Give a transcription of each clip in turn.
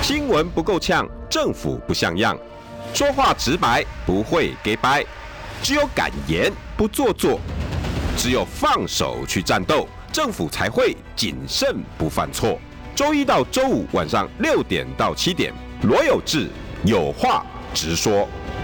新闻不够呛，政府不像样，说话直白，不会给掰，只有敢言不做作，只有放手去战斗，政府才会谨慎不犯错。周一到周五晚上6点到7点，罗有志有话直说。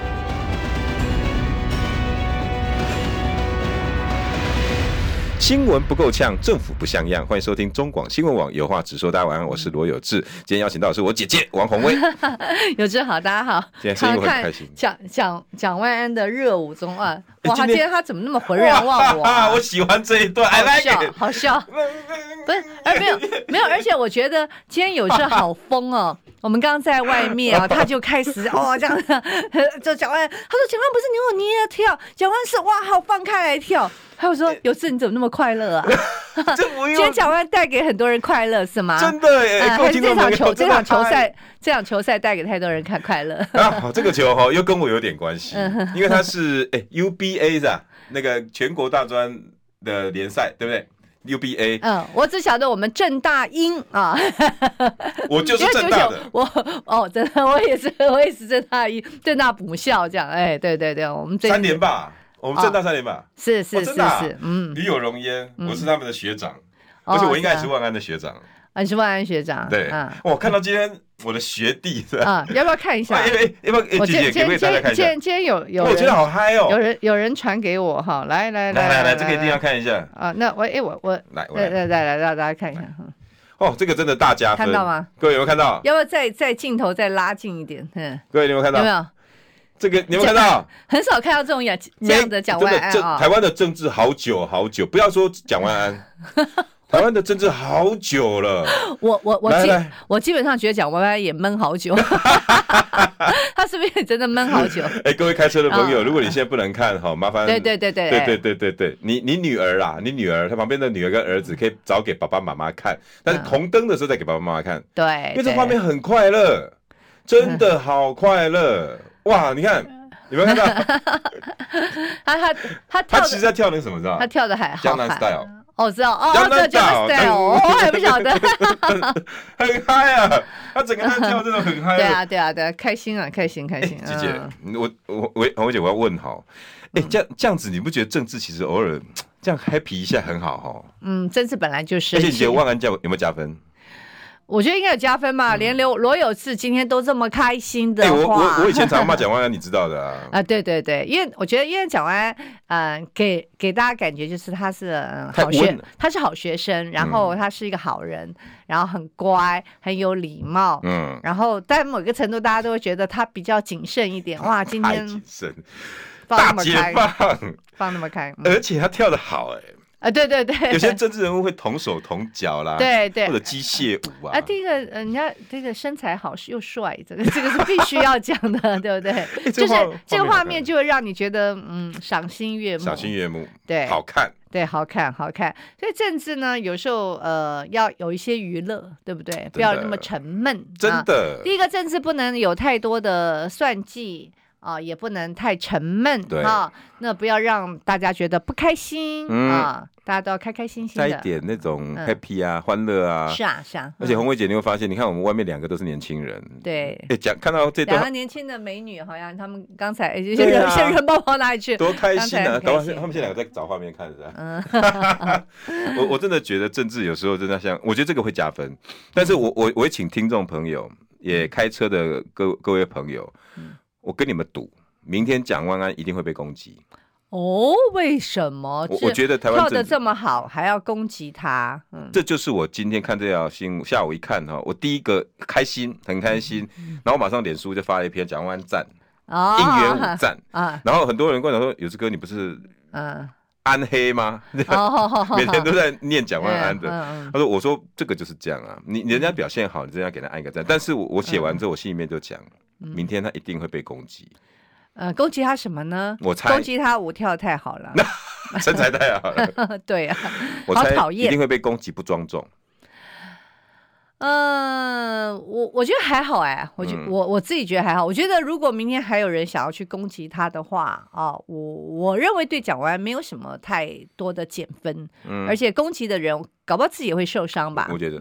新闻不够呛，政府不像样。欢迎收听中广新闻网有话直说。大家晚上我是罗有志。今天邀请到的是我姐姐王宏威。 有志好，大家好。 今天声音会很开心。 蒋万安的热舞中啊，哇，今天他怎么那么浑然忘我啊？ 我喜欢这一段， 好笑，好笑。不是，没有，而且我觉得今天有志好疯哦。我们刚刚在外面啊，他就开始这样，就蒋万安，他说蒋万不是你有捏跳，蒋万是哇，好放开来跳。还有说，有志你怎么那么快乐啊？今天蒋万安带给很多人快乐是吗？ 真的耶！ 还是这场球赛带给太多人看快乐啊！这个球又跟我有点关系，因为它是UBA 是吧？那个全国大专的联赛，对不对？UBA， 我只晓得我们政大鹰啊， 我就是政大的， 真的，我也是政大鹰，政大母校这样，对，我们 3连霸，我们政大3连霸， 是， 与有荣焉，我是他们的学长，而且我应该也是万安的学长， 你是万安学长， 对，我看到今天我的学弟要不要看一下？ 要不要姐姐给大家看一下？ 今天有人， 我觉得好嗨哦！ 有人传给我哈，来， 这个一定要看一下啊！那我来让大家看一下。 这个真的大加分， 看到吗？ 各位有没有看到？ 要不要在镜头再拉近一点？ 各位有没有看到？ 有没有？ 这个你有没有看到？ 很少看到这样的蒋万安啊！ 台湾的政治好久，不要说蒋万安。台湾的政治好久了， 我基本上觉得蒋万安也闷好久，他是不是也真的闷好久？ 各位开车的朋友，如果你现在不能看，麻烦对， 你女儿，她旁边的女儿跟儿子可以早给爸爸妈妈看，但是红灯的时候再给爸爸妈妈看， 对， 因为这画面很快乐，真的好快乐，哇！你看。有没有看到？他其实在跳那个什么，知道吗？ 他跳的还好， 江南 style。 我知道江南 style， 我还不晓得， 很嗨啊！他整个在跳，真的很嗨。 对啊，开心啊，开心。姐姐，我姐，我要问好，这样子，你不觉得政治其实偶尔这样 happy 一下很好政治本来就是。 而且你觉得万安有没有加分？ 我觉得应该有加分吧，连罗有志今天都这么开心的话， 我以前常骂蒋万安，你知道的啊。 对，因为我觉得蒋万安，给大家感觉就是他是他是好学生，然后他是一个好人，然后很乖，很有礼貌，然后在某个程度大家都会觉得他比较谨慎一点。哇，今天谨慎， 大解放那么开， 而且他跳得好对， 有些政治人物会同手同脚啦， 对， 或者机械舞啊。 第一个，人家这个身材好又帅，这个是必须要讲的，对不对？就是这个画面就会让你觉得赏心悦目，对， 好看， 对，好看。所以政治呢，有时候要有一些娱乐，对不对？不要那么沉闷， 真的。 第一个，政治不能有太多的算计。也不能太沉闷那不要让大家觉得不开心大家都要开开心心的， 带一点那种 happy 欢乐啊。 是啊。 而且宏威姐，你会发现，你看我们外面2个都是年轻人， 对， 看到这段 2个年轻的美女，好像他们刚才人抱跑哪里去？ 多开心啊！他们现在2个在找画面看着。我真的觉得政治有时候真的我觉得这个会加分，但是我会请听众朋友，也开车的各位朋友。我跟你们赌，明天蒋万安一定会被攻击。 为什么？ 我觉得台湾跳得这么好，还要攻击他？ 这就是我今天看这条新闻，下午一看我第一个很开心，然后马上脸书就发了一篇蒋万安赞，应援舞赞然后很多人跟我讲说，有志哥你不是安黑吗？每天都在念蒋万安的。我说这个就是这样啊，人家表现好，你真的要给他按一个赞。但是我写完之后，我心里面就讲。明天他一定会被攻击。 攻击他什么呢？ 我猜攻击他舞跳得太好了， 身材太好了。 对啊， 我猜一定会被攻击不庄重。 我觉得还好我自己觉得还好。我觉得如果明天还有人想要去攻击他的话我认为对蒋万安没有什么太多的减分，而且攻击的人搞不好自己也会受伤吧。 我觉得，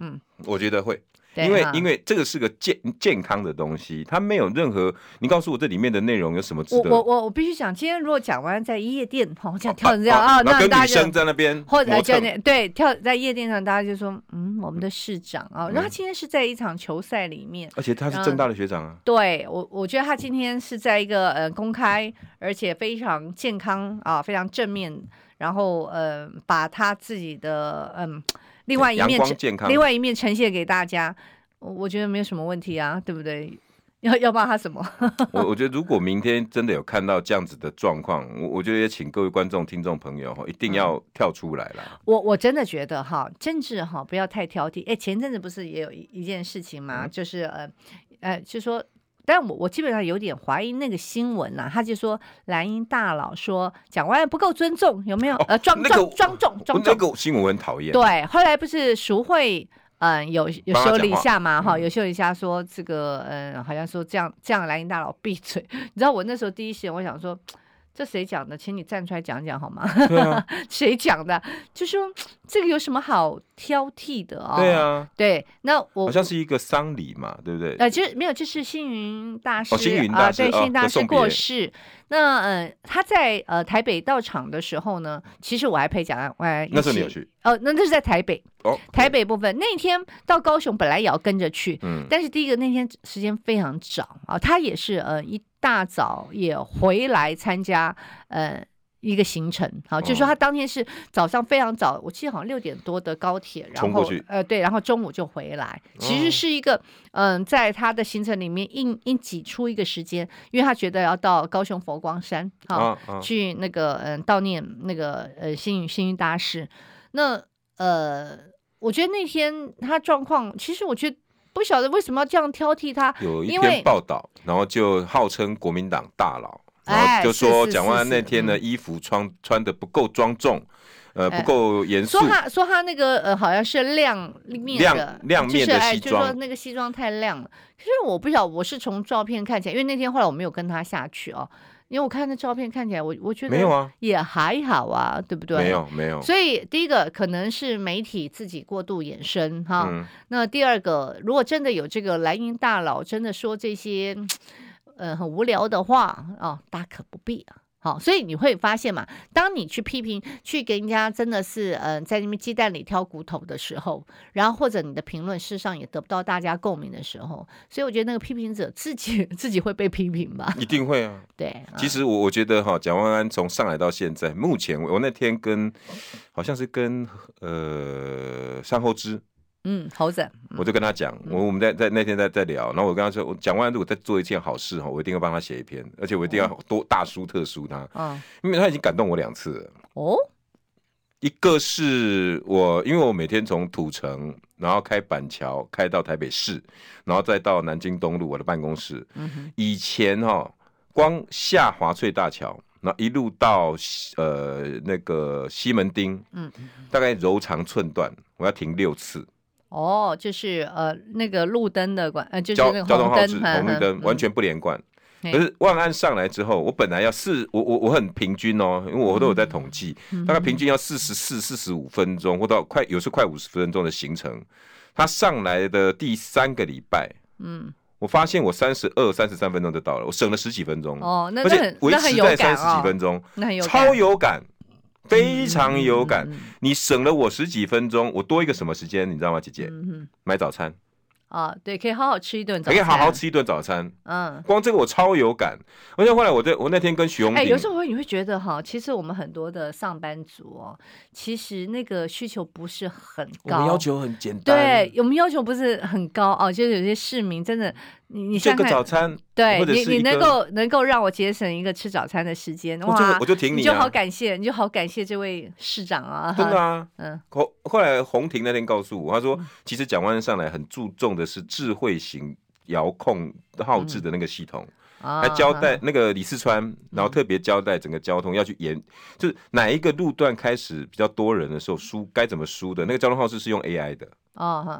我觉得会。因为这个是个健康的东西，它没有任何。你告诉我这里面的内容有什么值得？ 我必须讲，今天如果讲完在夜店，这样跳成这样啊， 那跟女生在那边， 或者对跳在夜店上，大家就说我们的市长啊，然后他今天是在一场球赛里面， 而且他是政大的学长啊。 对我觉得他今天是在一个公开而且非常健康啊，非常正面，然后把他自己的另外一面呈现给大家，我觉得没有什么问题啊，对不对？要骂他什么？ 我觉得如果明天真的有看到这样子的状况，我觉得也请各位观众、听众朋友一定要跳出来啦。 我真的觉得政治不要太挑剔。前阵子不是也有一件事情吗？就是就说。但我基本上有点怀疑那个新闻啦，他就说蓝营大佬说蒋万安不够尊重，有没有？庄重。 那个新闻我很讨厌。 对，后来不是赎会有修理一下嘛，有修理一下说这个好像说这样蓝营大佬闭嘴。你知道我那时候第一时间我想说。这谁讲的？请你站出来讲讲好吗？ 对啊， 谁讲的？就说这个有什么好挑剔的啊？ 对啊， 对，那我好像是一个丧礼嘛，对不对？ 就是没有，就是星云大师星云大师对，星云大师过世。那他在台北到场的时候呢，其实我还陪蒋万安一起。 那时候你有去？ 那是在台北。台北部分那天到高雄本来也要跟着去，但是第一个那天时间非常早啊，他也是一大早也回来参加一个行程，好，就是说他当天是早上非常早，我记得好像6点多的高铁，然后对，然后中午就回来，其实是一个在他的行程里面硬挤出一个时间，因为他觉得要到高雄佛光山去那个悼念那个星云大师。那我觉得那天他状况，其实我觉得不晓得为什么要这样挑剔他。 有一篇报道，然后就号称国民党大佬，然后就说蒋万安那天的衣服穿的不够庄重，不够严肃。 说他那个好像是亮面的西装，就说那个西装太亮了。可是我不晓得，我是从照片看起来，因为那天后来我没有跟他下去哦。因为我看那照片看起来，我觉得没有啊，也还好啊，对不对？ 没有。所以第一个可能是媒体自己过度衍生哈。那第二个，如果真的有这个蓝营大佬真的说这些很无聊的话大可不必啊。好，所以你会发现嘛，当你去批评，去给人家真的是在那边鸡蛋里挑骨头的时候，然后或者你的评论事实上也得不到大家共鸣的时候，所以我觉得那个批评者自己会被批评吧？ 一定会啊。 对， 其实我觉得蒋万安从上来到现在，目前我那天好像是跟尚厚之。 猴子， 我就跟他讲，我们在那天在聊，然后我跟他说，我蒋万安如果在做一件好事我一定会帮他写一篇，而且我一定要多大书特书他，因为他已经感动我2次了。一个是因为我每天从土城，然后开板桥开到台北市，然后再到南京东路我的办公室。以前光下华翠大桥，然后一路到那个西门町，大概柔长寸断，我要停6次。 就是那个路灯的就是那个交通号志、 红绿灯完全不连贯。可是万安上来之后，我本来要我很平均因为我都有在统计，大概平均要44、45分钟，或到有时快50分钟的行程。他上来的第3个礼拜，我发现我32、33分钟就到了，我省了10几分钟。而且维持在30几分钟，超有感。非常有感，你省了我10几分钟，我多一个什么时间，你知道吗，姐姐？买早餐。 对，可以好好吃一顿早餐， 可以好好吃一顿早餐。光这个我超有感。而且后来我那天跟徐宏庭， 有时候你会觉得其实我们很多的上班族其实那个需求不是很高， 我们要求很简单。 对，我们要求不是很高就是有些市民真的，你这个早餐， 对，你能够让我节省一个吃早餐的时间，哇， 我就挺你就好感谢，你就好感谢这位市长啊， 真的啊。后来宏庭那天告诉我，他说其实蒋万安上来很注重的是智慧型遥控号志的那个系统，还交代那个李四川，然后特别交代整个交通要去就是哪一个路段开始比较多人的时候该怎么输的，那个交通号志是用 AI 的。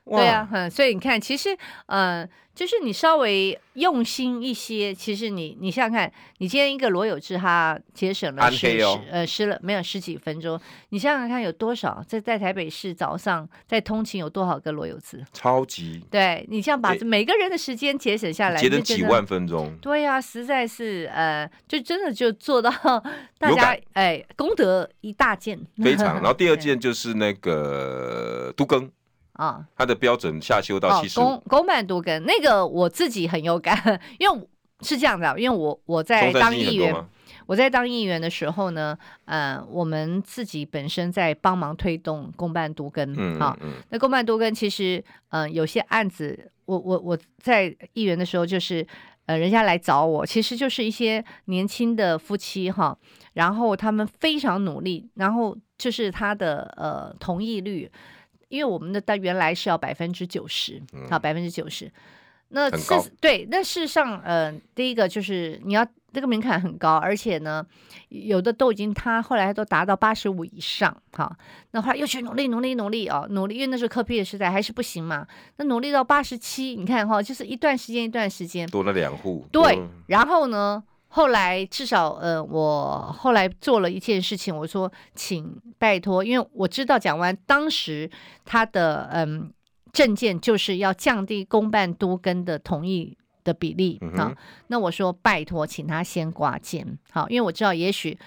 对啊，所以你看，其实就是你稍微用心一些，其实你想想看，你今天一个罗有志他节省了十几分钟，你想想看有多少在台北市早上在通勤有多少个罗有志， 超级， 对你这样把每个人的时间节省下来， 节省几万分钟， 对啊，实在是就真的就做到大家功德一大件， 非常。然后第二件就是那个都更。它的标准下修到75， 公办都更那个我自己很有感，因为是这样的，因为我在当议员，的时候呢，我们自己本身在帮忙推动公办都更，那公办都更其实有些案子，我在议员的时候就是人家来找我，其实就是一些年轻的夫妻哈，然后他们非常努力，然后就是他的同意率。因为我们的原来是要90%，好90%，那那事实上，第一个就是你要这个门槛很高，而且呢，有的都已经他后来都达到85以上，好，那后来又去努力，因为那时候柯 P 的时代还是不行嘛，那努力到87，你看哈，就是一段时间多了2户， 对，然后呢？后来至少我后来做了一件事情，我说请拜托，因为我知道蒋万当时他的政见就是要降低公办都更的同意的比例那我说拜托，请他先挂件，好，因为我知道也许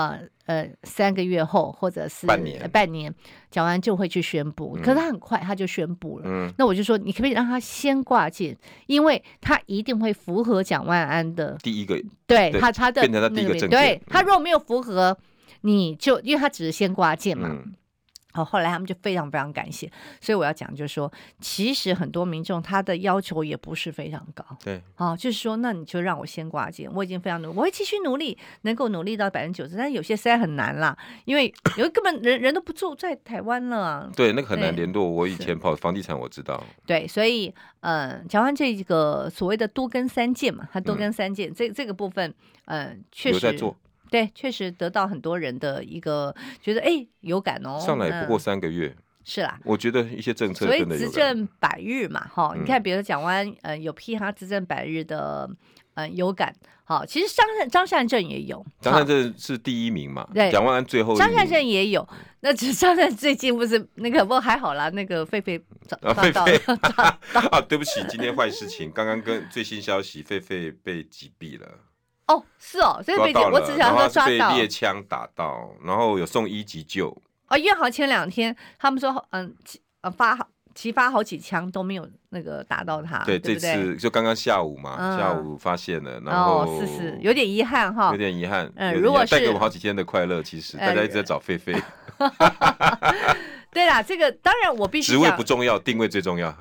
3个月后或者是半年，蒋万就会去宣布，可是他很快他就宣布了，那我就说你可不可以让他先挂件，因为他一定会符合蒋万安的第一个， 对他的变成他第一个政见， 对他如果没有符合，你就因为他只是先挂件嘛。后来他们就非常非常感谢，所以我要讲就是说，其实很多民众他的要求也不是非常高， 对， 就是说，那你就让我先挂件，我已经非常努力，我会继续努力，能够努力到90%，但是有些实在很难啦，因为根本人都不住在台湾了， 对，那个很难联络。我以前跑房地产，我知道， 对，所以讲完这个所谓的都更3件嘛，它都更3件，这个部分确实有在做。对，确实得到很多人的一个觉得有感哦。 上来不过3个月， 是啦。 我觉得一些政策真的有感。 所以执政100日嘛，你看，比如蒋万有批他执政100日的有感。好，其实张善政也有， 张善政是第1名嘛， 对， 蒋万安最后1名。 张善政也有，那只是张善最近不是那个，不过还好啦，那个狒狒抓到了对不起，今天坏事情，刚刚跟最新消息，狒狒被击毙了。 是哦，所以我只想说抓到， 被猎枪打到，然后有送医急救。 因为好前2天他们说，齐发好几枪都没有那个打到他。 对， 对， 这次就刚刚下午嘛，下午发现了，然后是有点遗憾哈， 有点遗憾。 如果是带给我们好几天的快乐，其实大家一直在找狒狒。 对啦，这个当然我必须职位不重要，定位最重要。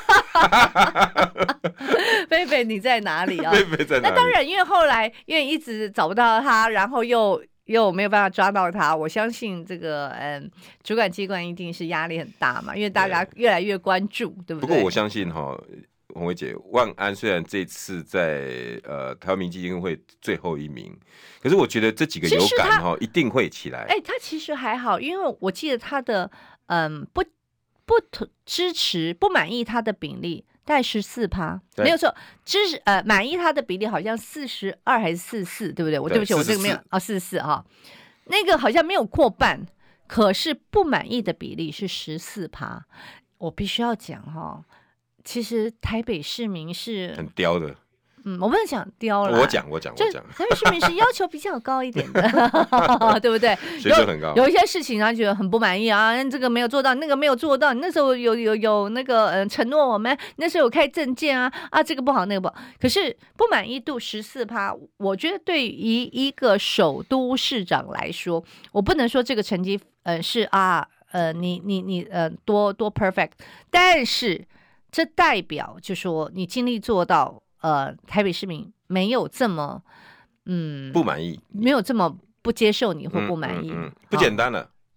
狒狒你在哪里啊？ 狒狒在哪里？ 那当然，因为一直找不到他，然后又没有办法抓到他，我相信这个主管机关一定是压力很大嘛，因为大家越来越关注，对不对？ 不过我相信洪薇姐，万安虽然这次在台湾民基金会最后1名，可是我觉得这几个有感一定会起来。 他其实还好，因为我记得他的不支持不满意他的比例大概14%，没有错，支持满意他的比例好像42还是44，对不对？对不起，我这个没有44哈，那个好像没有过半，可是不满意的比例是14%。我必须要讲其实台北市民是很刁的。 我不能讲刁了。 我讲。 台北市民是要求比较高一点的，对不对？ 水准很高。 有一些事情他觉得很不满意啊，这个没有做到，那个没有做到。你那时候有那个承诺我们，那时候有开政见啊，这个不好那个不好。可是不满意度14%，我觉得对于一个首都市长来说，我不能说这个成绩是你多 perfect， 但是这代表就说你尽力做到。台北市民没有这么不满意， 没有这么不接受你或不满意， 不简单了。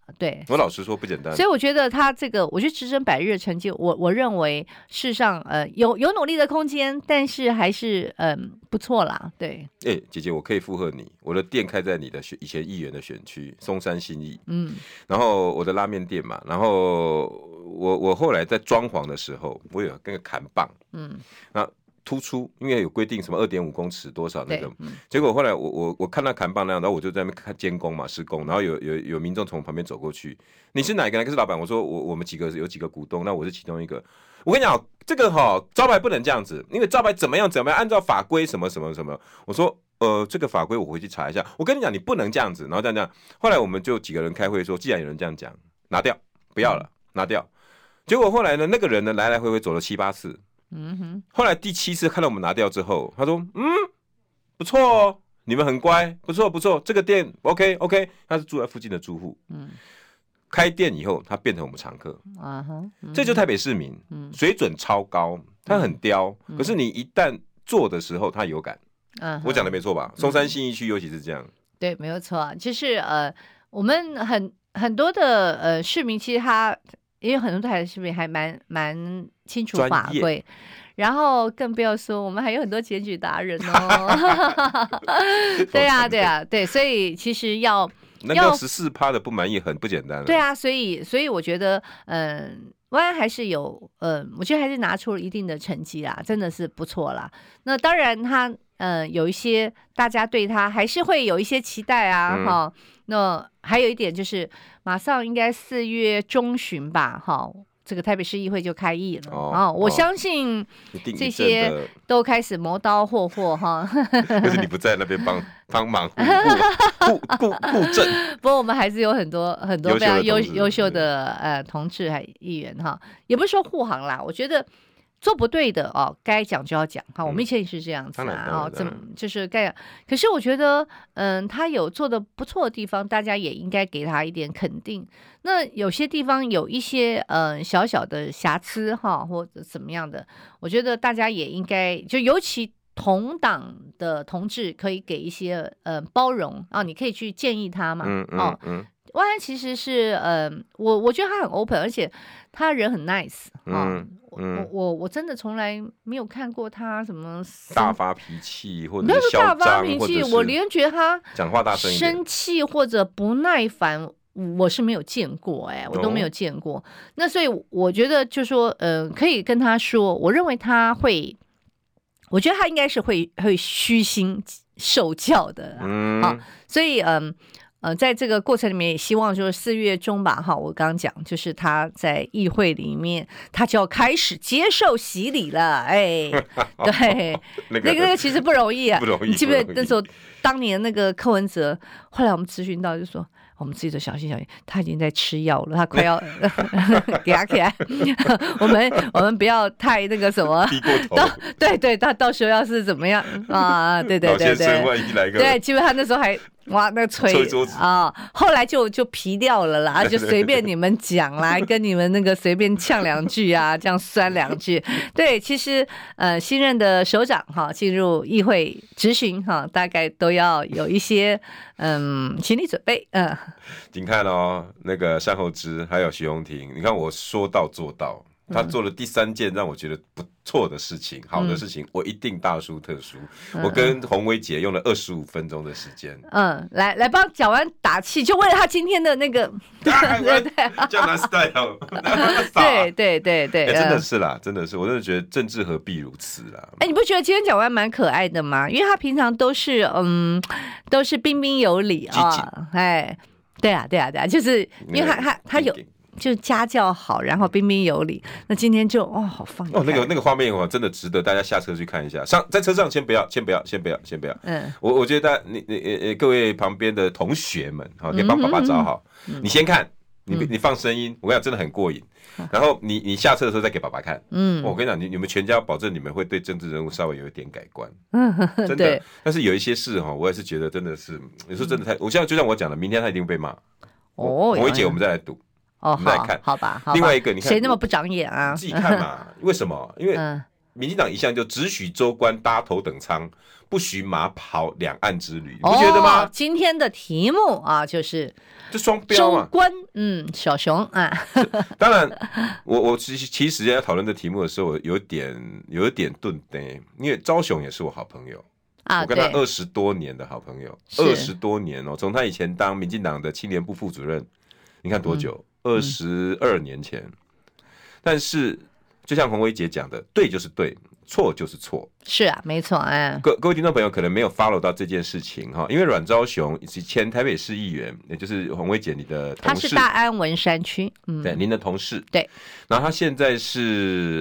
对， 我老实说不简单。 所以我觉得他这个，我觉得直升百日的成绩，我认为事实上有努力的空间，但是还是不错啦。对， 姐姐，我可以附和你，我的店开在你的以前议员的选区松山信义，然后我的拉面店嘛，然后我后来在装潢的时候，我有那个砍棒，那突出，因为有规定什么2.5公尺多少那个，结果后来我看到砍棒那样，然后我就在那边看监工嘛，施工，然后有民众从旁边走过去，你是哪一个？哪个是老板？我说我们有几个股东，那我是其中一个。我跟你讲，这个招牌不能这样子，因为招牌怎么样，按照法规什么什么什么。我说这个法规我回去查一下。我跟你讲，你不能这样子，然后这样。后来我们就几个人开会说，既然有人这样讲，拿掉，不要了，拿掉。结果后来呢，那个人呢来来回回走了7、8次。后来第7次看到我们拿掉之后，他说不错哦，你们很乖，不错，这个店 OK， 他是住在附近的住户，开店以后他变成我们常客，这就是台北市民，水准超高，他很刁，可是你一旦做的时候他有感，我讲的没错吧？松山信义区尤其是这样， 对，没有错，就是我们很多的市民其实他。因为很多台的市民还蛮清楚法规，然后更不要说我们还有很多检举达人哦。对啊，所以其实要 14%的不满意很不简单了。 对啊，所以我觉得万安还是有我觉得还是拿出了一定的成绩啦，真的是不错啦。那当然他有一些大家对他还是会有一些期待啊，那还有一点就是马上应该4月中旬吧，这个台北市议会就开议了我相信这些都开始磨刀霍霍可是你不在那边帮忙护政。 不过我们还是有很多非常优秀的同志还议员也不是说护航啦，我觉得。做不对的该讲就要讲我们以前也是这样子就是该讲。可是我觉得，他有做的不错的地方，大家也应该给他一点肯定。那有些地方有一些小小的瑕疵或者怎么样的，我觉得大家也应该就尤其同党的同志可以给一些包容你可以去建议他嘛万安其实是我觉得他很 open， 而且他人很 nice我真的从来没有看过他什么大发脾气或者是嚣张， 大发脾气，我连觉得他讲话大声一点生气或者不耐烦我是没有见过我都没有见过那所以我觉得就说可以跟他说，我认为他会，我觉得他应该是会虚心受教的所以在这个过程里面也希望就是4月中吧我刚刚讲就是他在议会里面他就要开始接受洗礼了对那个其实不容易不容易， 你记不记得那时候当年那个柯文哲，后来我们咨询到就说我们自己都小心，他已经在吃药了，他快要给他起来我们不要太那个什么低过头对他到时候要是怎么样对万一来个对，基本上那时候还哇，那吹桌子后来就皮掉了啦，就随便你们讲啦，跟你们那个随便呛2句这样酸2句。对，其实新任的首长进入议会质询大概都要有一些心理准备你看那个单厚芝还有徐荣庭，你看我说到做到。他做了第3件让我觉得不错的事情，好的事情，我一定大书特书。我跟洪薇姐用了25分钟的时间， 来帮蒋万打气，就为了他今天的那个， 江南 style， 对， 真的是啦，真的是，我真的觉得政治何必如此啦。 你不觉得今天蒋万蛮可爱的吗？因为他平常都是彬彬有礼对啊，就是因为他有。就是家教好，然后彬彬有礼。那今天就好放那个画面真的值得大家下车去看一下。在车上先不要。我觉得你各位旁边的同学们可以帮爸爸找好。你先看，你放声音，我跟你讲真的很过瘾。然后你下车的时候再给爸爸看。我跟你讲，你们全家保证你们会对政治人物稍微有一点改观。真的。但是有一些事我也是觉得真的是，有时候真的太，我现在就像我讲的，明天他一定会被骂。洪薇姐，我们再来赌。我们来看， 好吧。 另外一个，你看谁那么不长眼啊？ 你自己看嘛。为什么？因为民进党一向就只许州官搭头等舱，不许马跑两岸之旅，你不觉得吗？ 今天的题目啊，就是这双标嘛。 州官，小熊啊。 当然，我其实要讨论这题目的时候，我有点顿呆，因为昭雄也是我好朋友。我跟他20多年的好朋友，20多年哦，从他以前当民进党的青年部副主任，你看多久？22年前。但是，就像洪薇姐讲的，对就是对，错就是错。 是啊，没错。 各位听众朋友可能没有 follow 到这件事情哈，因为阮昭雄以前台北市议员，也就是洪薇姐你的同事， 他是大安文山区， 对，您的同事， 对。 然后他现在是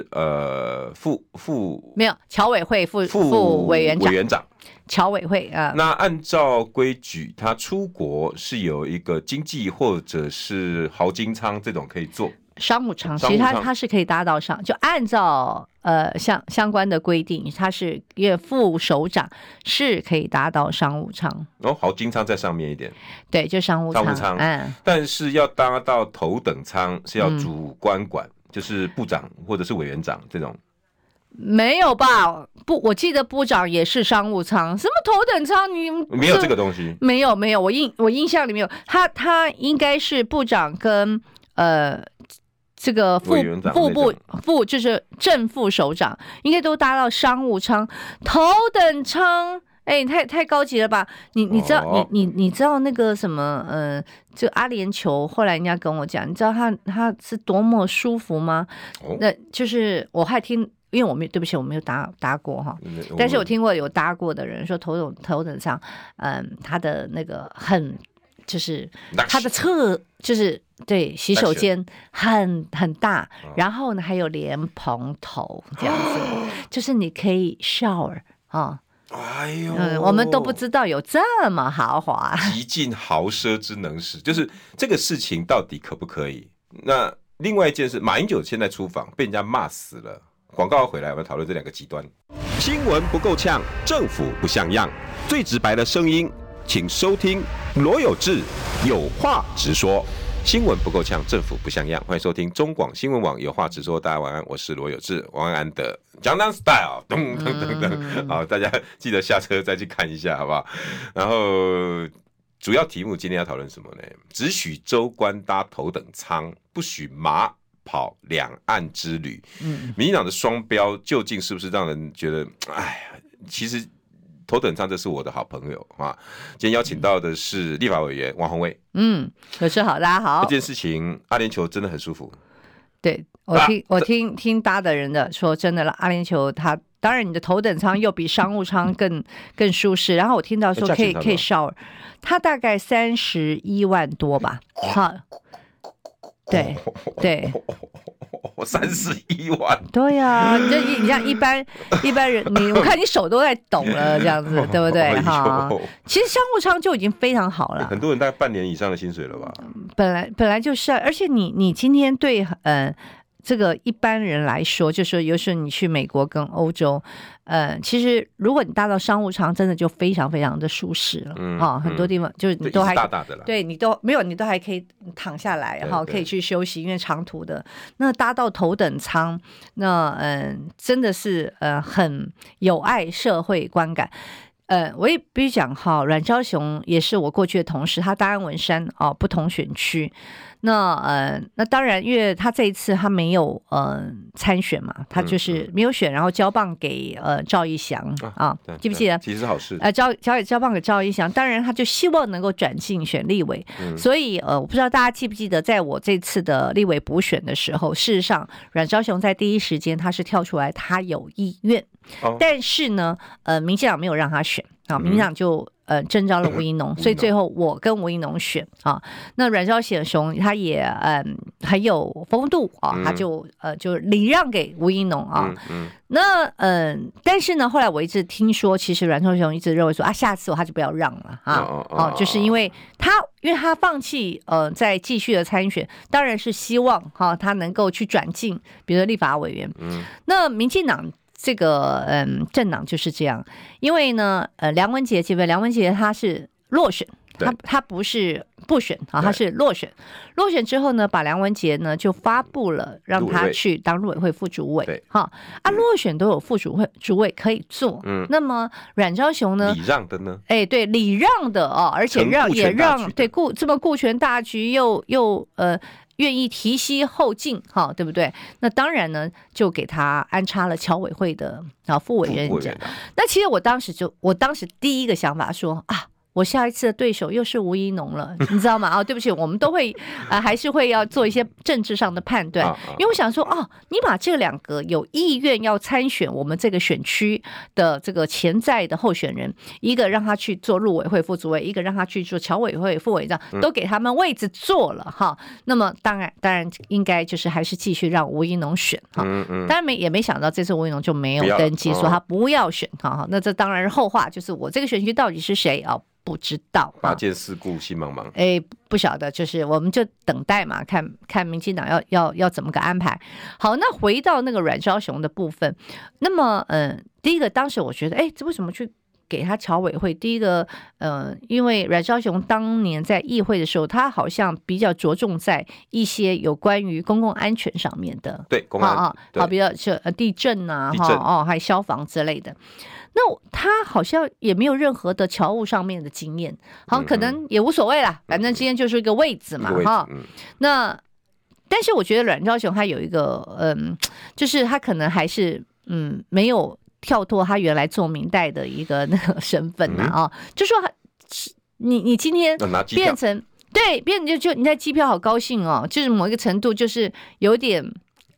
没有侨委会副委员长。侨委会啊， 那按照规矩，他出国是有一个经济或者是豪金舱这种可以坐商务舱，其实他是可以搭到上，就按照相关的规定，他是因为副首长是可以搭到商务舱， 豪金舱在上面一点， 对，就商务舱， 但是要搭到头等舱是要主官管，就是部长或者是委员长这种。 没有吧？我记得部长也是商务舱，什么头等舱？你没有这个东西？ 没有，我印象里没有。他应该是部长跟这个副就是正副首长，应该都搭到商务舱，头等舱。太高级了吧？你知道你知道那个什么就阿联酋，后来人家跟我讲，你知道他是多么舒服吗？那就是我还听。因为对不起，我没有搭过哈，但是我听过有搭过的人说头等舱，他的那个就是他的就是对洗手间很大，然后呢还有莲蓬头这样子，就是你可以 shower 啊。 哎呦， 我们都不知道有这么豪华， 极尽豪奢之能事，就是这个事情到底可不可以？那另外一件事，马英九现在出访被人家骂死了。广告回来，我们讨论这两个极端。新闻不够呛，政府不像样，最直白的声音，请收听罗有志有话直说。新闻不够呛，政府不像样，欢迎收听中广新闻网有话直说。大家晚安，我是罗有志，王安的江南 style， 噔噔噔噔。好，大家记得下车再去看一下，好不好？然后主要题目今天要讨论什么呢？只许州官搭头等舱，不许马跑两岸之旅。民进党的双标究竟是不是让人觉得，哎呀，其实头等舱这是我的好朋友啊。今天邀请到的是立法委员王宏卫。 有事好，大家好。 这件事情，阿联酋真的很舒服。 对，我听搭的人的说，真的了，阿联酋它当然你的头等舱又比商务舱更舒适。然后我听到说可以 shower， 它大概31万多吧。好。对 ，31万。 对呀，你像一般人，我看你手都在抖了，这样子，对不对？哈，其实商务舱就已经非常好了。 很多人大概半年以上的薪水了吧？ 本来就是，而且你今天对这个一般人来说，就是说有时候你去美国跟欧洲，其实如果你搭到商务舱，真的就非常非常的舒适了。很多地方就是你都还大的了， 对你都没有，你都还可以躺下来，可以去休息，因为长途的。那搭到头等舱，那真的是很有爱社会观感。我也必须讲哈，阮昭雄也是我过去的同事，他大安文山不同选区。那当然，因为他这一次他没有参选嘛，他就是没有选，然后交棒给赵义祥记不记得？ 其实是好事。 交棒给赵义祥，当然他就希望能够转进选立委。所以我不知道大家记不记得，在我这次的立委补选的时候，事实上阮昭雄在第一时间他是跳出来，他有意愿。但是呢，民进党没有让他选民进党就征召了吴怡农，所以最后我跟吴怡农选那阮昭雄他也很有风度他就礼让给吴怡农那但是呢，后来我一直听说，其实阮昭雄一直认为说下次他就不要让了就是因为他放弃再继续的参选，当然是希望他能够去转进，比如说立法委员。那民进党这个政党就是这样，因为呢梁文杰记不记得？梁文杰他是落选，他不是不选啊，他是落选。落选之后呢，把梁文杰呢就发布了让他去当陆委会副主委。哈落选都有副主委可以做。那么阮昭雄呢？ 礼让的呢？ 对，礼让的哦，而且也让对这么顾全大局又愿意提携后进，哈，对不对？那当然呢，就给他安插了侨委会的副委员长。那其实我当时第一个想法说啊。我下一次的对手又是吴怡农了，你知道吗？对不起，我们都会还是会要做一些政治上的判断，因为我想说你把这两个有意愿要参选我们这个选区的这个潜在的候选人，一个让他去做陆委会副主委，一个让他去做侨委会副委长，都给他们位置做了哈。那么当然应该就是还是继续让吴怡农选哈。当然也没想到这次吴怡农就没有登记，说他不要选哈。那这当然是后话，就是我这个选区到底是谁啊？不知道 8件事故心茫茫， 不晓得，就是我们就等待嘛，看民进党要怎么个安排。好，那回到那个阮昭雄的部分，那么第一个当时我觉得，这为什么去给他侨委会？第一个因为阮昭雄当年在议会的时候，他好像比较着重在一些有关于公共安全上面的， 对公安比较地震啊，还有消防之类的。那他好像也没有任何的侨务上面的经验，好像可能也无所谓啦，反正今天就是一个位置嘛，哈。那但是我觉得阮昭雄他有一个就是他可能还是没有跳脱他原来做民代的一个那个身份啊，就说你今天变成就你在机票好高兴哦，就是某一个程度就是有点。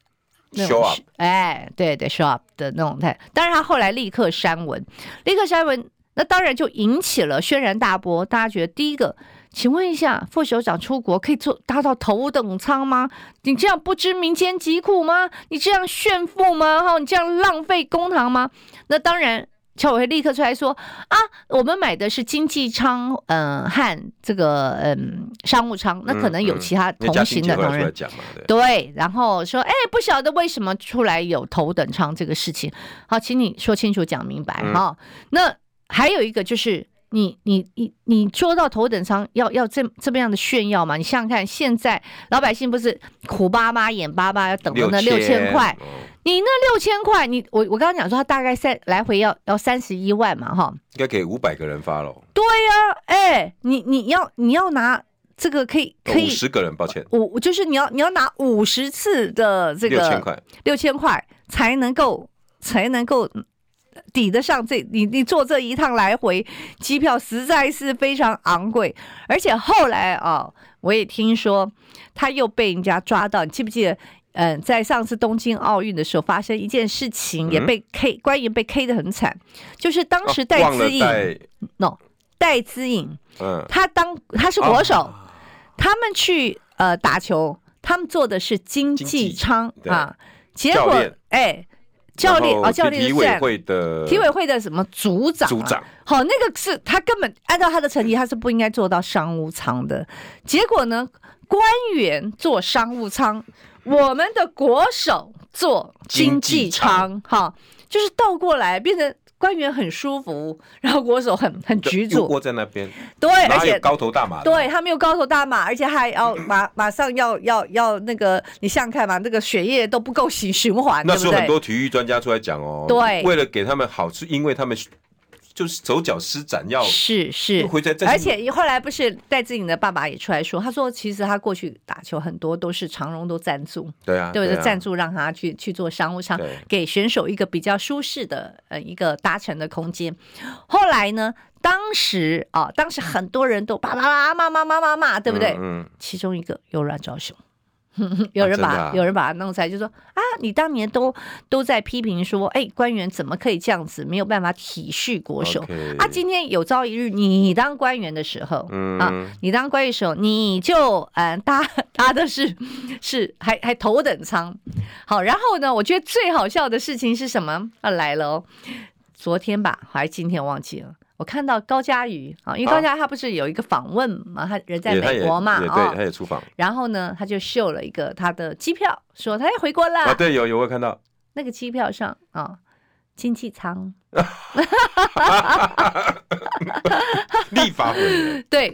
show up， 对 show up 的那种态，当然他后来立刻删文，那当然就引起了轩然大波。大家觉得第一个，请问一下，副首长出国可以搭到头等舱吗？你这样不知民间疾苦吗？你这样炫富吗？你这样浪费公帑吗？那当然。侨委会立刻出来说我们买的是经济舱和这个商务舱，那可能有其他同行的同仁对，然后说不晓得为什么出来有头等舱这个事情，好，请你说清楚讲明白哈。那还有一个就是你说到头等舱要这么样的炫耀嘛？你想想看，现在老百姓不是苦巴巴眼巴巴要等到那6000块。你那6000块，我刚刚讲说他大概来回要31万嘛，哈， 应该给500个人发了。 对呀，你要拿这个可以 50个人，抱歉， 就是你要拿50次的这个6000块才能够抵得上你坐这一趟来回机票实在是非常昂贵，而且后来我也听说他又被人家抓到，你记不记得？在上次东京奥运的时候发生一件事情，也被官员被 K 得很惨，就是当时戴资颖，他是国手，他们去打球，他们坐的是经济舱结果教练体委会的什么组长，好，那个是他根本按照他的成绩，他是不应该坐到商务舱的。结果呢，官员坐商务舱，我们的国手坐经济舱，哈，就是倒过来，变成官员很舒服，然后国手很局促， 窝在那边， 对，而且高头大马， 对他没有高头大马，而且还要马上要那个，你想想看嘛，那个血液都不够循环， 那时候很多体育专家出来讲对，为了给他们好处，因为他们就是手脚施展是，而且后来不是戴资颖的爸爸也出来说，他说其实他过去打球很多都是长荣都赞助， 对不对？赞助让他去做商务舱，给选手一个比较舒适的一个搭乘的空间。后来呢，当时很多人都叭骂，对不对？其中一个有阮昭雄。有人把他弄出来，就说你当年都在批评说，官员怎么可以这样子，没有办法体恤国手今天有朝一日你当官员的时候，你当官员的时候，你就搭的是还头等舱。好，然后呢，我觉得最好笑的事情是什么？来了昨天吧，还是今天忘记了。我看到高嘉瑜因为高嘉他不是有一个访问嘛，他人在美国嘛， 对，他也出访。 然后呢，他就秀了一个他的机票，说他要回国了。 对，有我看到那个机票上经济舱， 立法委员对。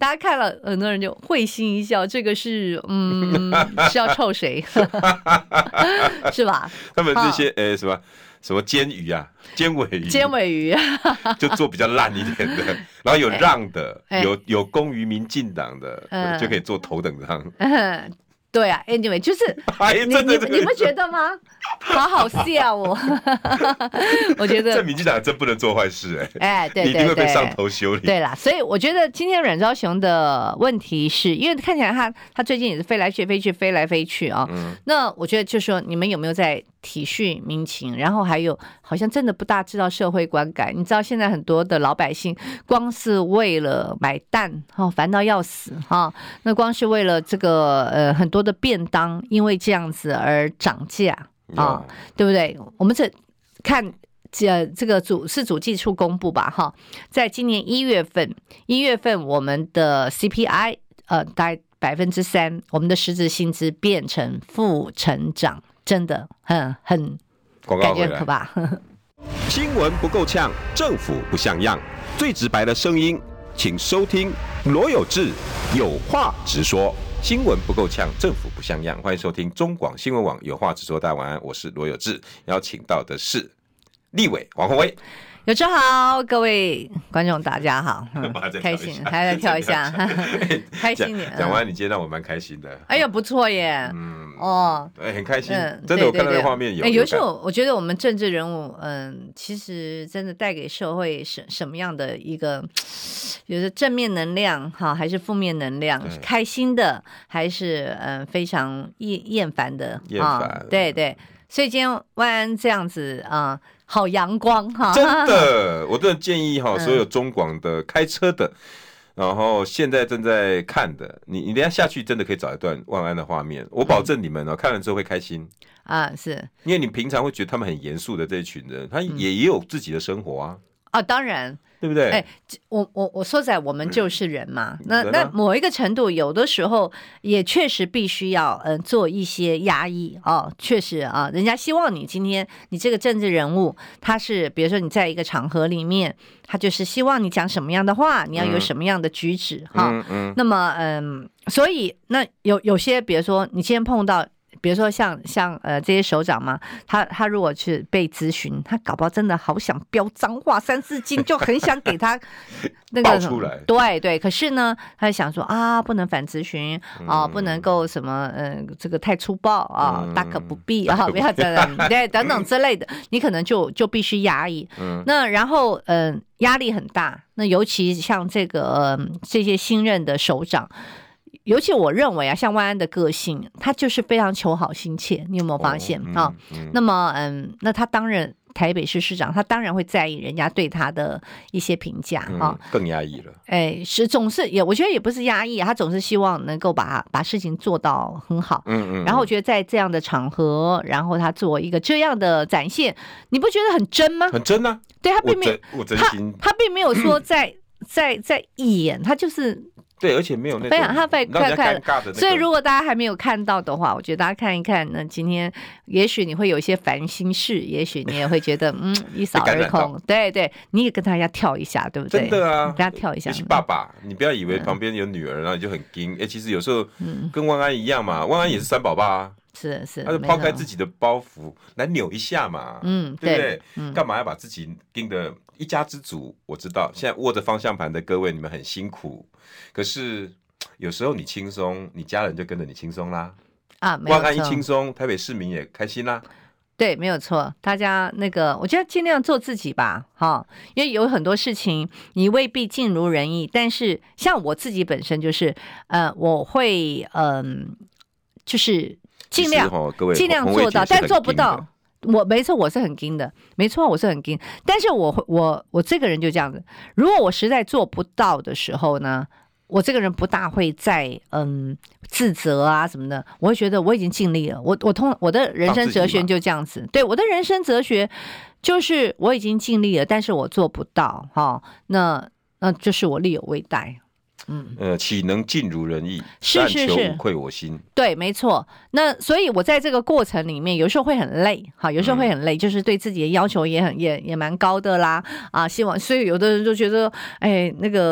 大家看了，很多人就会心一笑，这个是是要臭谁？是吧？ 他们这些什么煎鱼啊，煎尾鱼就做比较烂一点的，然后有让的，有功于民进党的，就可以做头等舱。 对啊 ，anyway 就是你们觉得吗？好笑哦！我觉得这民进党真不能做坏事对， 你一定会被上头修理。 对啦，所以我觉得今天阮昭雄的问题是因为看起来他最近也是飞来飞去啊。那我觉得就是说你们有没有在体恤民情，然后还有好像真的不大知道社会观感。你知道现在很多的老百姓光是为了买蛋烦恼要死那光是为了这个很多的便当因为这样子而涨价对不对？我们看这个是主计处公布吧在今年1月份我们的 CPI 大概3%，我们的实质薪资变成负成长，真的很感觉很可怕。 新闻不够呛，政府不像样，最直白的声音，请收听罗有志有话直说。 新闻不够呛，政府不像样，欢迎收听中广新闻网有话直说。大家晚安，我是罗有志，邀请到的是立委黄宏威。 有志好，各位观众大家好，开心，还来跳一下，开心点。 讲完你今天让我蛮开心的， 哎呦不错耶， 很开心，真的我看到那个画面有时候我觉得我们政治人物，其实真的带给社会什么样的一个，有的正面能量还是负面能量，开心的还是非常厌烦的对，所以今天万安这样子好阳光真的，我真的建议所有中广的开车的，然后现在正在看的，你等一下下去真的可以找一段万安的画面，我保证你们看了之后会开心是因为你平常会觉得他们很严肃的这一群人，他也有自己的生活当然。 对不对？ 我说实在，我们就是人嘛。那某一个程度，有的时候也确实必须要做一些压抑确实人家希望你今天你这个政治人物，他是比如说你在一个场合里面，他就是希望你讲什么样的话，你要有什么样的举止那么所以那有些比如说你今天碰到。比如说像这些首长嘛，他如果去被咨询，他搞不好真的好想飙脏话3-4斤，就很想给他那个爆出来。 对，可是呢，他想说不能反咨询不能够什么这个太粗暴大可不必不要这样对等等之类的，你可能就必须压抑。那然后压力很大，那尤其像这些新任的首长。尤其我认为像万安的个性，他就是非常求好心切，你有没有发现那么那他当然台北市市长，他当然会在意人家对他的一些评价更压抑了。 总是我觉得也不是压抑他总是希望能够把事情做到很好。然后我觉得在这样的场合，然后他做一个这样的展现，你不觉得很真吗？ 很真啊！ 对他并没有， 我真心， 他并没有说在演，他就是。 对，而且没有那种非常他快尴尬的， 所以如果大家还没有看到的话，我觉得大家看一看。那今天也许你会有一些烦心事，也许你也会觉得一扫而空。对，你也跟大家跳一下，对不对？ 真的啊， 跟大家跳一下。 尤其爸爸，你不要以为旁边有女儿，然后你就很惊。其实有时候跟万安一样嘛，万安也是3宝爸是， 他就抛开自己的包袱来扭一下嘛，对不对？干嘛要把自己盯得一家之主？我知道现在握着方向盘的各位，你们很辛苦，可是有时候你轻松，你家人就跟着你轻松啦。万安一轻松，台北市民也开心啦。 对，没有错，大家我觉得尽量做自己吧，因为有很多事情你未必尽如人意，但是像我自己本身就是，我会就是尽量做到，但做不到。没错，我是很硬的，没错，我是很硬。但是我这个人就这样子，如果我实在做不到的时候呢，我这个人不大会再自责什么的，我会觉得我已经尽力了。我的人生哲学就这样子，对，我的人生哲学就是我已经尽力了，但是我做不到那就是我力有未逮。 岂能尽如人意？ 是， 求无愧我心。 对，没错。那所以我在这个过程里面，有时候会很累，有时候会很累，就是对自己的要求也蛮高的啦希望。所以有的人就觉得，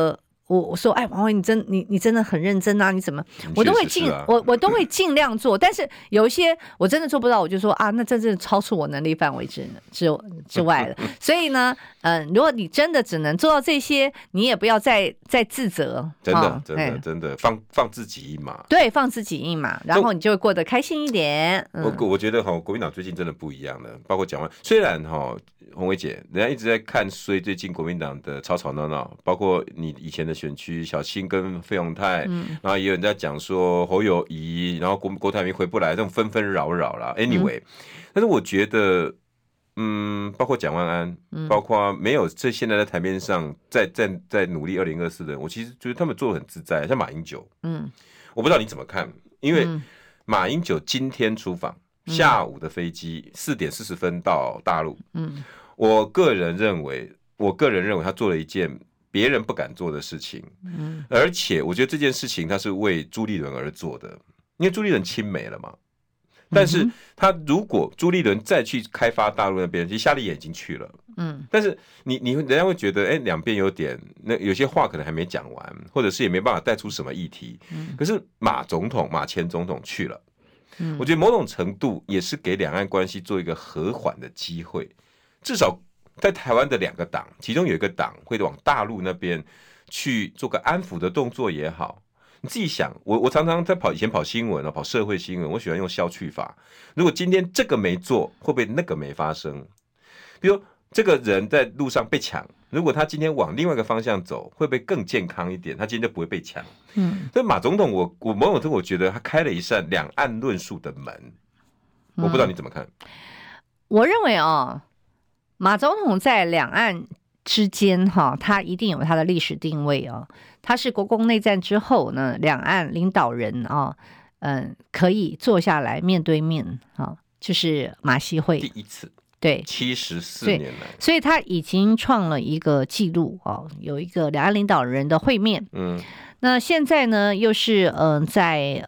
我说哎，王维你真的很认真啊，你怎么我都会我都会尽量做，但是有一些我真的做不到，我就说啊，那真正超出我能力范围之外了。所以呢，如果你真的只能做到这些，你也不要再自责， 真的放自己一马， 对，放自己一马，然后你就会过得开心一点。 我觉得国民党最近真的不一样了，包括蒋万，虽然洪薇姐，人家一直在看衰最近国民党的吵吵闹闹，包括你以前的选区小青跟费鸿泰，然后也有人在讲说侯友宜，然后郭台铭回不来，这种纷纷扰扰啦。Anyway，但是我觉得，包括蒋万安，包括没有现在在台面上在努力2024的人，我其实觉得他们做得很自在，像马英九，我不知道你怎么看，因为马英九今天出访，下午的飞机4点40分到大陆，我个人认为他做了一件别人不敢做的事情，而且我觉得这件事情他是为朱立伦而做的，因为朱立伦亲美了嘛。但是他如果朱立伦再去开发大陆那边，其实夏立言已经去了，但是人家会觉得，两边有有些话可能还没讲完，或者是也没办法带出什么议题，可是马前总统去了。我觉得某种程度也是给两岸关系做一个和缓的机会，至少在台湾的2个党，其中有一个党会往大陆那边去做个安抚的动作也好。你自己想，我常常在以前跑新闻跑社会新闻，我喜欢用消去法。如果今天这个没做，会不会那个没发生？比如这个人在路上被抢，如果他今天往另外一个方向走，会不会更健康一点？他今天就不会被抢。所以马总统，我某种程度我觉得他开了一扇两岸论述的门。我不知道你怎么看？ 我认为马总统在两岸之间他一定有他的历史定位他是国共内战之后呢，两岸领导人可以坐下来面对面就是马习会第一次。 对 ，74年来， 所以他已经创了一个记录有一个两岸领导人的会面。那现在呢，又是在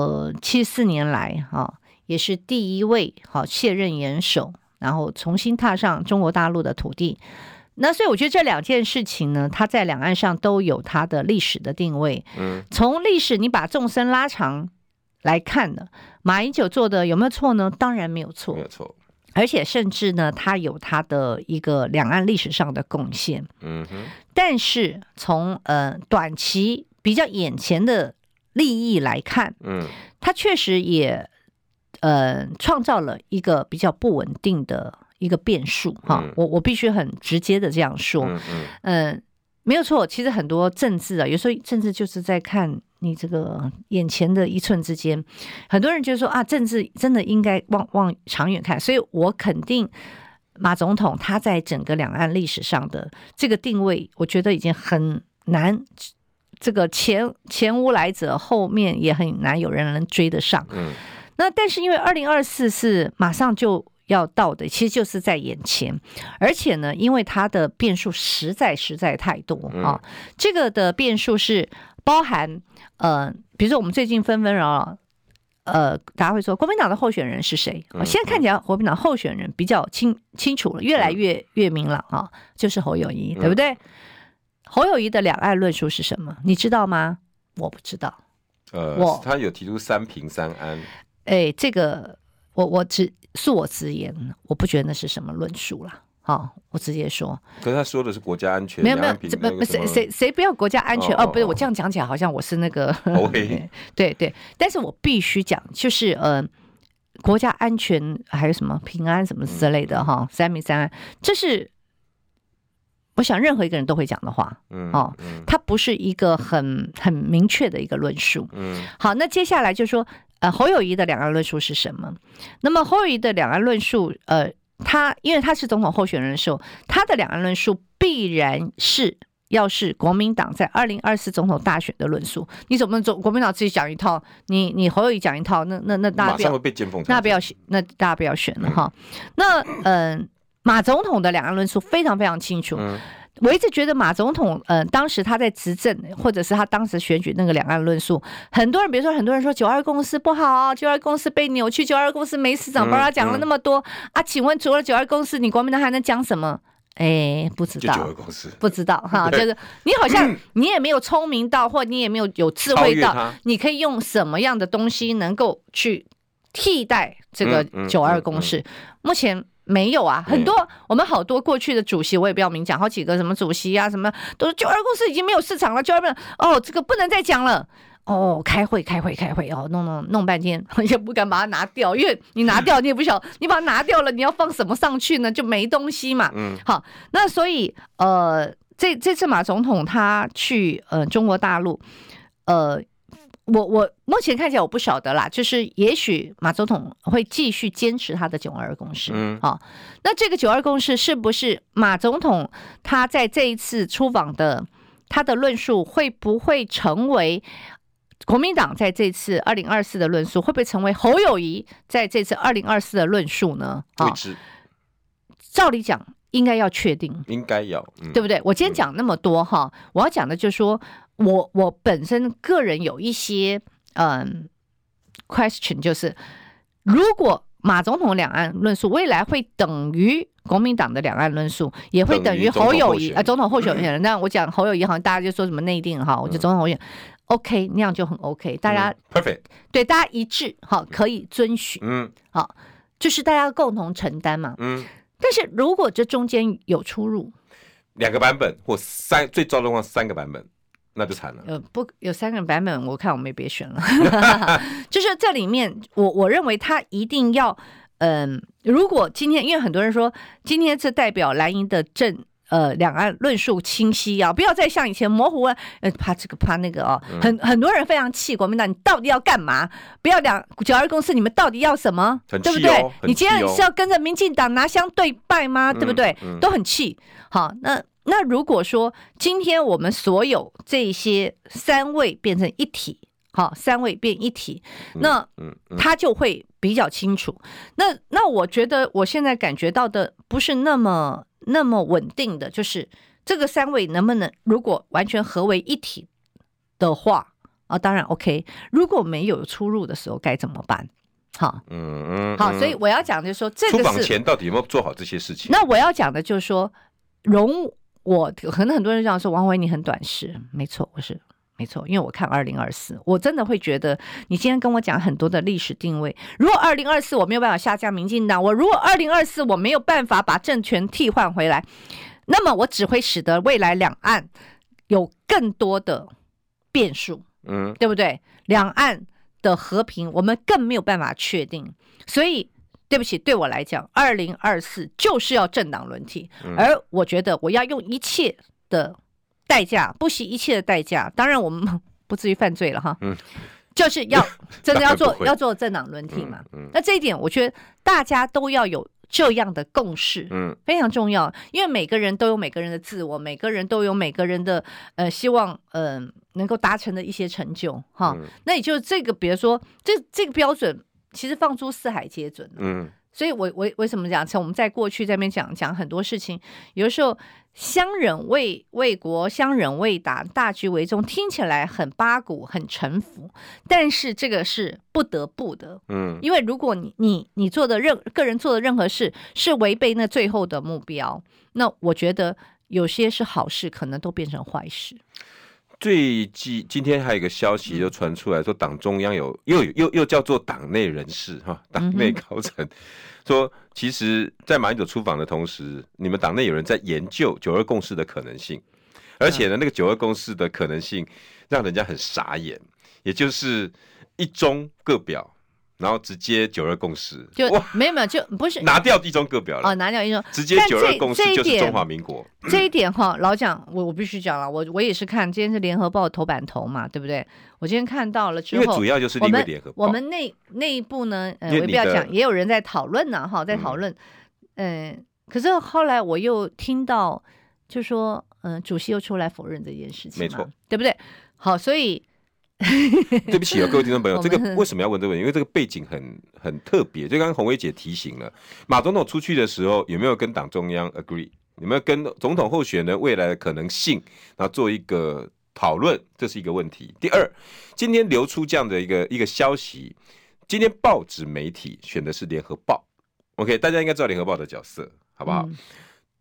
74年来也是第一位卸任元首，然后重新踏上中国大陆的土地。那所以我觉得这2件事情呢，它在两岸上都有它的历史的定位。从历史你把纵深拉长来看呢，马英九做的有没有错呢？当然没有错， 没有错。 而且甚至呢，他有他的一个两岸历史上的贡献。但是从短期比较眼前的利益来看，他确实也创造了一个比较不稳定的一个变数我必须很直接的这样说。没有错，其实很多政治有时候政治就是在看你这个眼前的一寸之间，很多人就说政治真的应该往长远看，所以我肯定马总统他在整个两岸历史上的这个定位，我觉得已经很难，这个前无来者，后面也很难有人能追得上。那但是因为2024是马上就要到的，其实就是在眼前，而且呢，因为它的变数实在太多这个的变数是包含比如说我们最近纷纷扰扰大家会说国民党的候选人是谁？现在看起来国民党候选人比较清楚了，越来越明朗就是侯友宜，对不对？侯友宜的两岸论述是什么？你知道吗？我不知道。 他有提出3平3安。 这个我恕我直言，我不觉得那是什么论述啦。我直接说。可是他说的是国家安全， 没有，谁不要国家安全？不是，我这样讲起来好像我是那个。对，但是我必须讲，就是国家安全还有什么平安什么之类的3平3安，这是我想任何一个人都会讲的话。它不是一个很明确的一个论述。好，那接下来就说侯友宜的两岸论述是什么？那么侯友宜的两岸论述，因为他是总统候选人的时候，他的两岸论述必然要是国民党在2024总统大选的论述。你怎么国民党自己讲一套，你侯友宜讲一套，那大家马上会被见缝插针， 那大家不要选了那马总统的两岸论述非常非常清楚。我一直觉得马总统当时他在执政，或者是他当时选举那个两岸论述，很多人说92共识不好，92共识被扭曲，92共识没市长，把他讲了那么多请问除了92共识，你国民党还能讲什么？ 不知道， 就九二共识， 不知道哈，就是你好像你也没有聪明到，或你也没有智慧到，你可以用什么样的东西能够去替代这个92共识？目前没有啊，很多我们好多过去的主席，我也不要明讲，好几个什么主席啊，什么都是92共识已经没有市场了，92这个不能再讲了。开会弄半天也不敢把它拿掉，因为你拿掉你也不晓得，你把它拿掉了，你要放什么上去呢？就没东西嘛。好，那所以这次马总统他去中国大陆，我目前看起来我不晓得啦，就是也许马总统会继续坚持他的92共识。那这个92共识是不是马总统他在这一次出访的他的论述会不会成为国民党在这次2024的论述，会不会成为侯友宜在这次2024的论述呢？ 未知。 照理讲应该要确定， 应该要， 对不对？我今天讲那么多哈，我要讲的就是说我本身个人有一些question， 就是如果马总统两岸论述未来会等于国民党的两岸论述，也会等于侯友宜总统候选人。那我讲侯友宜好像大家就说什么内定哈，我就总统候选人OK， 那样就很 OK， 大家 perfect， 对大家一致哈，可以遵循，好，就是大家共同承担嘛，但是如果这中间有出入 ，2个版本或最糟的话3个版本，那就惨了。 不，有3个版本，我看我没别选了。就是这里面，我认为他一定要，如果今天，因为很多人说今天这代表蓝营的两岸论述清晰啊，不要再像以前模糊了，怕这个怕那个很多人非常气国民党，你到底要干嘛？不要92共识，你们到底要什么？对不对？你今天是要跟着民进党拿香对拜吗？对不对？都很气。好，那如果说今天我们所有这些3位变成一体，好，3位变一体，那他就会比较清楚。那我觉得我现在感觉到的不是那么稳定的，就是这个3位能不能如果完全合为一体的话当然 OK， 如果没有出入的时候该怎么办？好，好，所以我要讲就是说，这个是出访前到底有没有做好这些事情？ 那我要讲的就是说，可能很多人讲说王维你很短视，没错，没错，因为我看2024，我真的会觉得你今天跟我讲很多的历史定位。如果2024我没有办法下架民进党，如果2024我没有办法把政权替换回来，那么我只会使得未来两岸有更多的变数，对不对？两岸的和平我们更没有办法确定，所以对不起，对我来讲，2024就是要政党轮替，而我觉得我要用一切的代价，不惜一切的代价，当然我们不至于犯罪了哈，就是要真的要做政党轮替嘛。那这一点，我觉得大家都要有这样的共识，非常重要，因为每个人都有每个人的自我，每个人都有每个人的希望能够达成的一些成就哈。那也就是这个，比如说这个标准，其实放诸四海皆准。所以我为什么讲？我们在过去这边讲很多事情，有的时候相忍为国，相忍为党，大局为重，听起来很八股，很臣服，但是这个是不得不的。因为如果你做的个人做的任何事是违背那最后的目标，那我觉得有些是好事，可能都变成坏事。 今天还有一个消息就传出来说，党中央又叫做党内人士党内高层说，其实在马英九出访的同时，你们党内有人在研究92共识的可能性，而且呢，那个92共识的可能性让人家很傻眼，也就是一中各表。然后直接92共识， 就没有就不是拿掉一中各表了， 拿掉一中， 直接92共识就是中华民国。 这一点老讲，我必须讲了，我也是看今天是联合报头版头嘛，对不对？我今天看到了之后， 因为主要就是因为联合报， 我们内部呢，我也不要讲，也有人在讨论呢，在讨论，可是后来我又听到，就说，主席又出来否认这件事情， 没错， 对不对？好，所以。 对不起各位听众朋友，这个为什么要问这个问题？因为这个背景很特别。就刚刚洪薇姐提醒了，马总统出去的时候有没有跟党中央 agree， 有没有跟总统候选人未来的可能性，然后做一个讨论，这是一个问题。第二，今天流出这样的一个消息，今天报纸媒体选的是联合报 ，OK， 大家应该知道联合报的角色，好不好？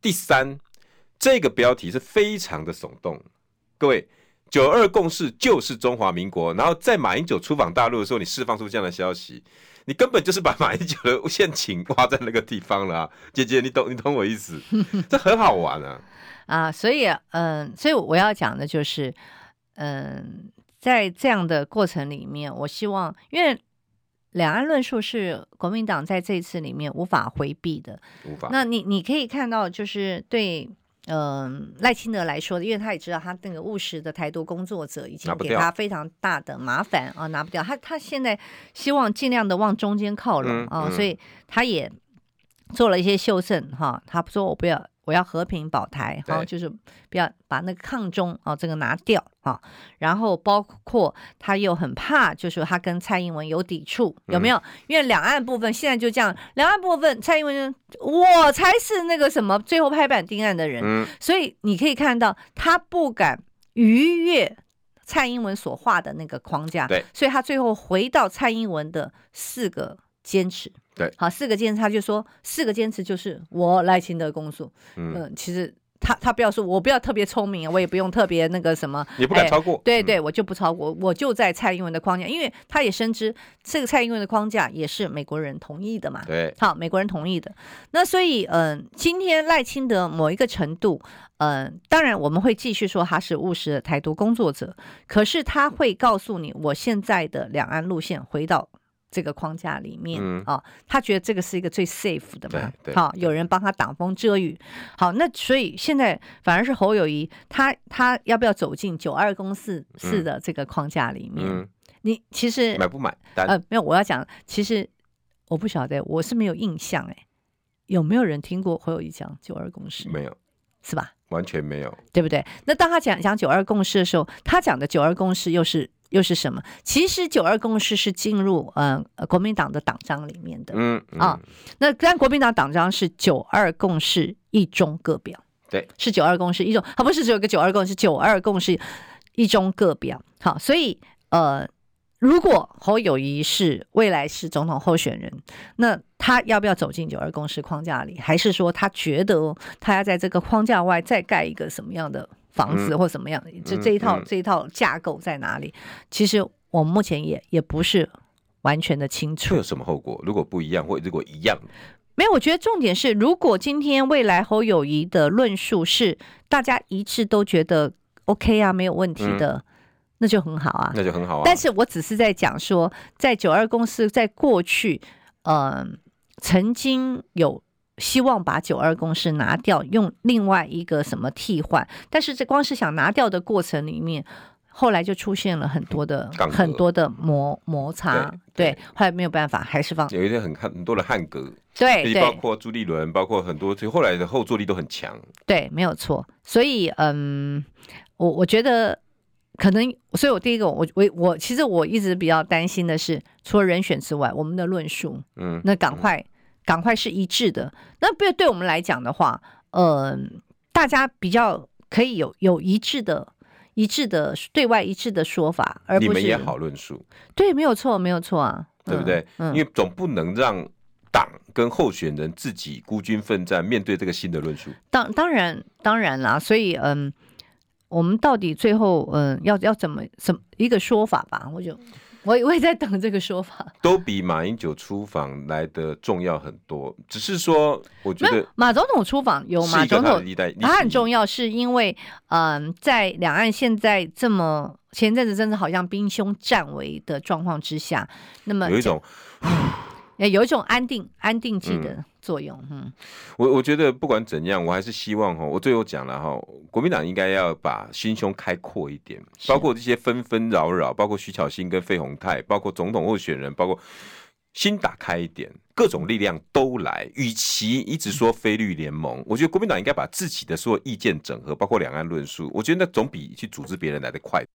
第三，这个标题是非常的耸动，各位，92共识就是中华民国，然后在马英九出访大陆的时候，你释放出这样的消息，你根本就是把马英九的陷阱挖在那个地方了啊！姐姐，你懂我意思？这很好玩啊！ 所以我要讲的就是，在这样的过程里面，我希望，因为两岸论述是国民党在这一次里面无法回避的， 无法。 那你可以看到，就是对。赖清德来说，因为他也知道他那个务实的台独工作者已经给他非常大的麻烦啊，拿不掉。他现在希望尽量的往中间靠拢啊，所以他也做了一些修正哈。他说我要和平保台哈，就是不要把那个抗中这个拿掉啊。然后包括他又很怕，就是说他跟蔡英文有抵触，有没有？因为两岸部分现在就这样，两岸部分蔡英文我才是那个什么最后拍板定案的人，所以你可以看到他不敢逾越蔡英文所画的那个框架， 对， 所以他最后回到蔡英文的4个坚持。 对， 好，4个坚持，他就说4个坚持就是我赖清德公诉。其实他不要说，我不要特别聪明，我也不用特别那个什么， 也不敢超过。 对，我就不超过，我就在蔡英文的框架，因为他也深知这个蔡英文的框架也是美国人同意的嘛。 对， 好，美国人同意的。那所以今天赖清德某一个程度，当然我们会继续说他是务实的台独工作者，可是他会告诉你，我现在的两岸路线回到这个框架里面他觉得这个是一个最 safe 的嘛，好，有人帮他挡风遮雨。好，那所以现在反而是侯友宜，他要不要走进92公识的这个框架里面？你其实买不买单？ 没有，我要讲，其实我不晓得，我是没有印象有没有人听过侯友宜讲92公识？ 没有， 是吧？ 完全没有， 对不对？那当他讲92公识的时候，他讲的92公识又是什么？其实92公识是进入国民党的党章里面的，那但国民党党章是92公识一中各表， 对， 是92公识一中，它不是只有个92公识，是92公识一中各表。好，所以如果侯友宜是未来是总统候选人，那他要不要走进92公识框架里，还是说他觉得他要在这个框架外再盖一个什么样的房子或什么样，这一套架构在哪里？其实我们目前也不是完全的清楚。 会有什么后果？如果不一样，或如果一样？ 没有，我觉得重点是，如果今天未来侯友宜的论述是大家一致都觉得 OK 啊，没有问题的，那就很好啊， 那就很好啊。 但是我只是在讲说，在92公识在过去，曾经有希望把92公识拿掉，用另外一个什么替换，但是这光是想拿掉的过程里面，后来就出现了很多的摩擦，对，后来没有办法，还是有一些很多的汉格， 对， 包括朱立伦，包括很多，后来的后坐力都很强， 对，没有错。所以我觉得可能，所以我第一个我其实我一直比较担心的是，除了人选之外，我们的论述，那赶快是一致的。那对我们来讲的话，大家比较可以有一致的对外一致的说法，而不是你们也好论述， 对，没有错啊， 对不对？因为总不能让党跟候选人自己孤军奋战，面对这个新的论述。 当然啦，所以我们到底最后要怎么一个说法吧？我也在等这个说法， 都比马英九出访来的重要很多。只是说，我觉得马总统出访有马总统，他很重要，是因为在两岸现在这么前阵子真的好像兵凶战危的状况之下，那么有一种安定剂的作用。 我觉得不管怎样，我还是希望我最后讲了国民党应该要把心胸开阔一点，包括这些纷纷扰扰，包括徐巧芯跟费鸿泰，包括总统候选人，包括心打开一点，各种力量都来。与其一直说非绿联盟，我觉得国民党应该把自己的所有意见整合，包括两岸论述，我觉得那总比去组织别人来得快。